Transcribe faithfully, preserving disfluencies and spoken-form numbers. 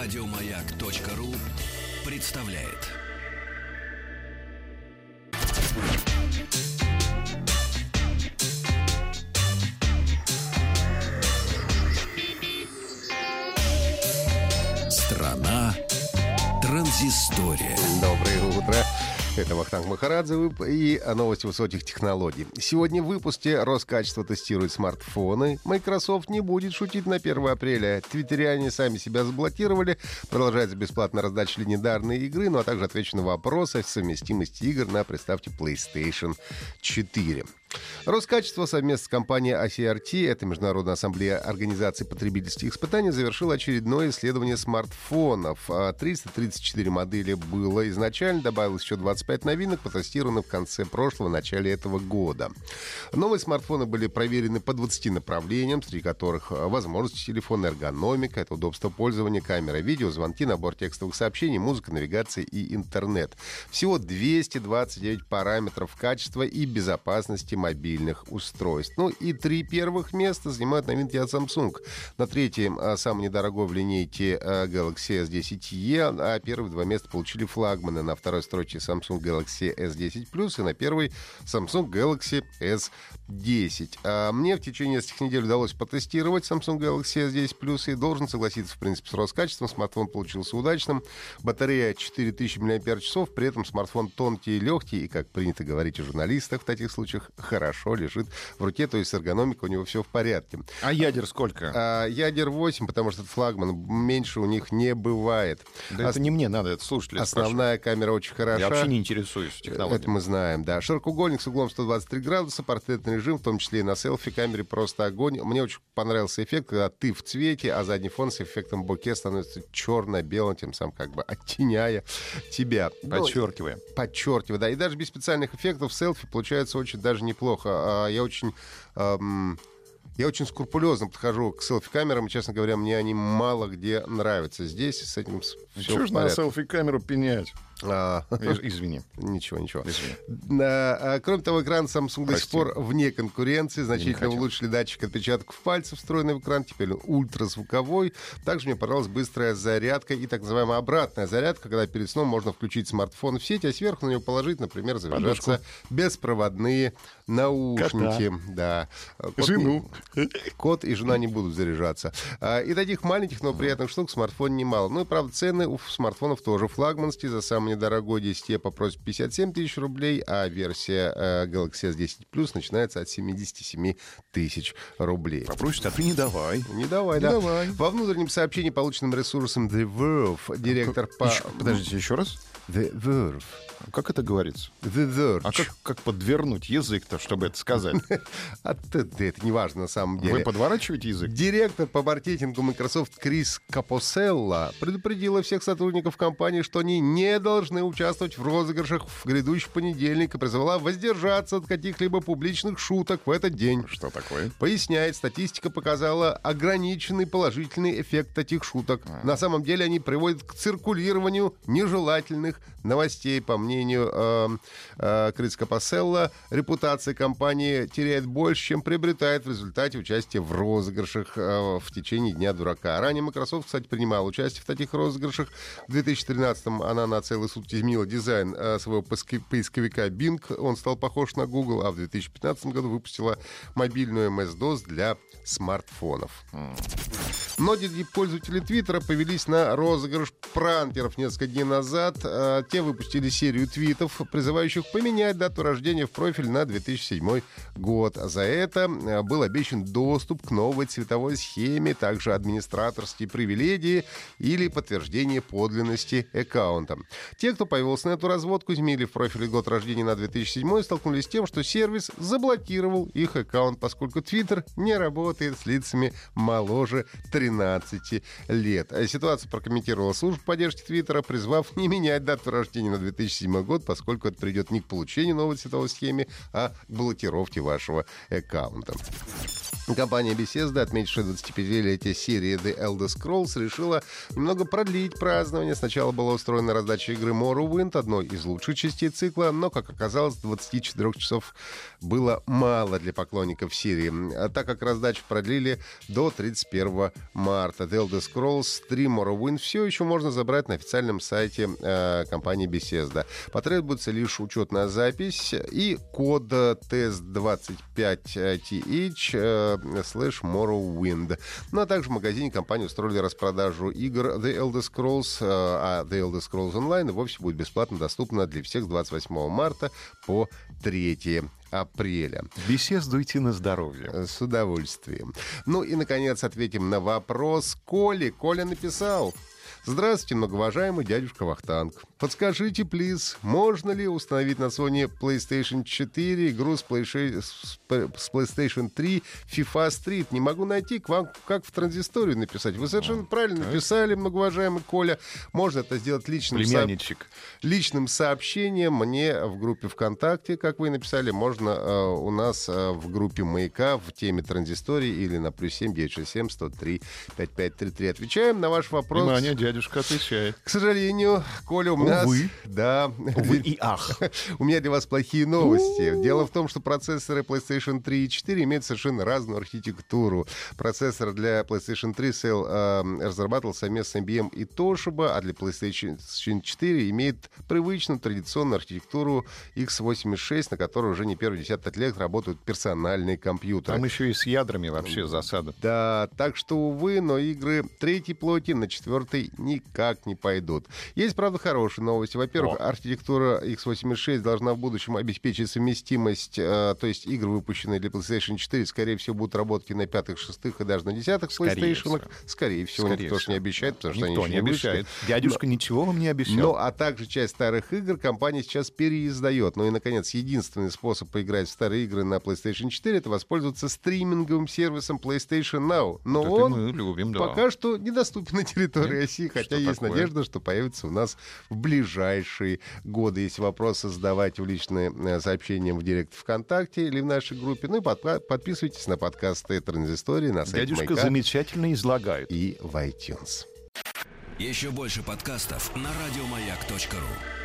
Радиомаяк.ру представляет. Страна транзистория. Доброе утро. Это Вахтанг Махарадзе и новости высоких технологий. Сегодня в выпуске Роскачество тестирует смартфоны. Microsoft не будет шутить на первое апреля. Твиттериане сами себя заблокировали. Продолжается бесплатная раздача легендарной игры. Ну а также отвечу на вопросы о совместимости игр на приставке PlayStation четыре. Роскачество совместно с компанией эй си ар ти, это Международная ассамблея организаций потребительских испытаний, завершила очередное исследование смартфонов. триста тридцать четыре модели было изначально, добавилось еще двадцать пять новинок, протестированы в конце прошлого, начале этого года. Новые смартфоны были проверены по двадцати направлениям, среди которых возможности телефона, эргономика, это удобство пользования, камера, видео, звонки, набор текстовых сообщений, музыка, навигация и интернет. Всего двести двадцать девять параметров качества и безопасности мобильных устройств. Ну и три первых места занимают новинки от Samsung. На третьем самый недорогой в линейке Galaxy эс десять и, а первые два места получили флагманы. На второй строчке Samsung Galaxy эс десять плюс и на первой Samsung Galaxy эс десять. А мне в течение нескольких недель удалось потестировать Samsung Galaxy эс десять плюс и должен согласиться, в принципе, с Роскачеством. Смартфон получился удачным. Батарея четыре тысячи миллиампер-часов, при этом смартфон тонкий и легкий, и, как принято говорить у журналистов в таких случаях, хорошо лежит в руке, то есть с эргономикой у него все в порядке. А ядер сколько? А, ядер восемь, потому что это флагман, меньше у них не бывает. Да Ос... это не мне надо, это слушатели Основная спрашивают. камера очень хороша. Я вообще не интересуюсь технологией. Это мы знаем, да. Широкоугольник с углом сто двадцать три градуса, портретный режим, в том числе и на селфи-камере, просто огонь. Мне очень понравился эффект, когда ты в цвете, а задний фон с эффектом боке становится черно-белым, тем самым как бы оттеняя тебя. Подчеркивая. Ну, подчеркивая, да. И даже без специальных эффектов селфи получается очень даже неплохо. Я очень... Эм, я очень скрупулезно подхожу к селфи-камерам, и, честно говоря, мне они мало где нравятся. Здесь с этим все в порядке. Чего ж на селфи-камеру пенять? А... Извини. Ничего, ничего. Извини. А, кроме того, экран Samsung до сих пор вне конкуренции. Значительно улучшили датчик отпечатков пальцев, встроенный в экран. Теперь он ультразвуковой. Также мне понравилась быстрая зарядка и так называемая обратная зарядка, когда перед сном можно включить смартфон в сеть, а сверху на него положить, например, заряжаться беспроводные наушники. Кота. Да. Кот Жену. Не... Кот и жена не будут заряжаться. И таких маленьких, но приятных штук в смартфоне немало. Ну и, правда, цены у смартфонов тоже флагманские. За самый недорогой десять е попросит пятьдесят семь тысяч рублей, а версия э, Galaxy эс десять плюс начинается от семьдесят семь тысяч рублей. Попросит, а ты не давай. Не давай, не да. давай. Во внутреннем сообщении, полученном ресурсом The Verve, директор по... Еще, подождите, еще раз. The Verve. Как это говорится? The Verge. А как, как подвернуть язык-то, чтобы это сказать? А это не важно на самом деле. Вы подворачиваете язык? Директор по маркетингу Microsoft Крис Капоселла предупредила всех сотрудников компании, что они не должны участвовать в розыгрышах в грядущий понедельник и призвала воздержаться от каких-либо публичных шуток в этот день. Что такое? Поясняет, статистика показала ограниченный положительный эффект таких шуток. А. На самом деле они приводят к циркулированию нежелательных новостей. По мнению э, э, Криса Капоселла, репутация компании теряет больше, чем приобретает в результате участия в розыгрышах э, в течение Дня дурака. Ранее Microsoft, кстати, принимала участие в таких розыгрышах. В две тысячи тринадцатом она на целые сутки изменила дизайн э, своего поисковика Bing. Он стал похож на Google, а в две тысячи пятнадцатом году выпустила мобильную эм эс-дос для смартфонов. Mm. Многие пользователи Твиттера повелись на розыгрыш пранкеров несколько дней назад. Э, те выпустили серию твитов, призывающих поменять дату рождения в профиль на две тысячи седьмой год. За это был обещан доступ к новой цветовой схеме, также администраторские привилегии или подтверждение подлинности аккаунта. Те, кто повелся на эту разводку, изменили в профиле год рождения на две тысячи седьмой, столкнулись с тем, что сервис заблокировал их аккаунт, поскольку Твиттер не работает с лицами моложе тринадцати лет. Ситуацию прокомментировала служба поддержки Твиттера, призвав не менять дату рождения на две тысячи седьмой год, поскольку это придет не к получению новой цветовой схемы, а к блокировке вашего аккаунта. Компания Bethesda, отметившая двадцатипятилетие серии The Elder Scrolls, решила немного продлить празднование. Сначала была устроена раздача игры Morrowind, одной из лучших частей цикла, но, как оказалось, двадцати четырёх часов было мало для поклонников серии, а так как раздачу продлили до тридцать первого марта. The Elder Scrolls три Morrowind все еще можно забрать на официальном сайте э, компании Bethesda. Потребуется лишь учетная запись и код ти эс двадцать пять ти эйч э, слэш Morrowind. Ну а также в магазине компании устроили распродажу игр The Elder Scrolls, а The Elder Scrolls Online и вовсе будет бесплатно доступна для всех с двадцать восьмого марта по третьего апреля. Беседу идти на здоровье. С удовольствием. Ну и, наконец, ответим на вопрос Коли. Коля написал: «Здравствуйте, многоуважаемый дядюшка Вахтанг. Подскажите, плиз, можно ли установить на Sony PlayStation четыре игру с PlayStation три FIFA Street? Не могу найти, к вам как в транзисторию написать». Вы совершенно правильно так. написали, многоуважаемый Коля. Можно это сделать личным, со... личным сообщением мне в группе ВКонтакте, как вы написали. Можно э, у нас э, в группе «Маяка» в теме транзистории или на плюс семь девятьсот шестьдесят семь сто три пятьдесят пять тридцать три. Отвечаем на ваш вопрос. Внимание, дядюшка отвечает. К сожалению, Коля, у меня... Увы. Да. Увы и ах. У меня для вас плохие новости. Дело в том, что процессоры PlayStation три и четыре имеют совершенно разную архитектуру. Процессор для PlayStation три Cell э, разрабатывал совместно с ай би эм и Toshiba, а для PlayStation четыре имеет привычную традиционную архитектуру икс восемьдесят шесть, на которой уже не первый десяток лет работают персональные компьютеры. Там еще и с ядрами вообще засада. Да, так что, увы, но игры третьей плоти на четвертой никак не пойдут. Есть, правда, хорошие новости. Во-первых, О. архитектура икс восемьдесят шесть должна в будущем обеспечить совместимость, э, то есть игры, выпущенные для PlayStation четыре, скорее всего, будут работать и на пятых, шестых и даже на десятых PlayStation. Скорее всего, скорее никто всего. же не обещает, потому что никто они не еще не обещает. вышли. Дядюшка но, ничего вам не обещал. Ну, а также часть старых игр компания сейчас переиздает. Ну и, наконец, единственный способ поиграть в старые игры на PlayStation четыре — это воспользоваться стриминговым сервисом PlayStation Now. Но Это он мы любим, да. пока что недоступен на территории Нет? России, хотя Что есть такое? надежда, что появится у нас в ближайшие годы. Если вопросы, задавайте в личные э, сообщения в директ ВКонтакте или в нашей группе. Ну и подпа- подписывайтесь на подкасты «Транзистории» на сайте Дядюшка Маяка замечательно излагает. и в iTunes. Еще больше подкастов на радиомаяк точка ру.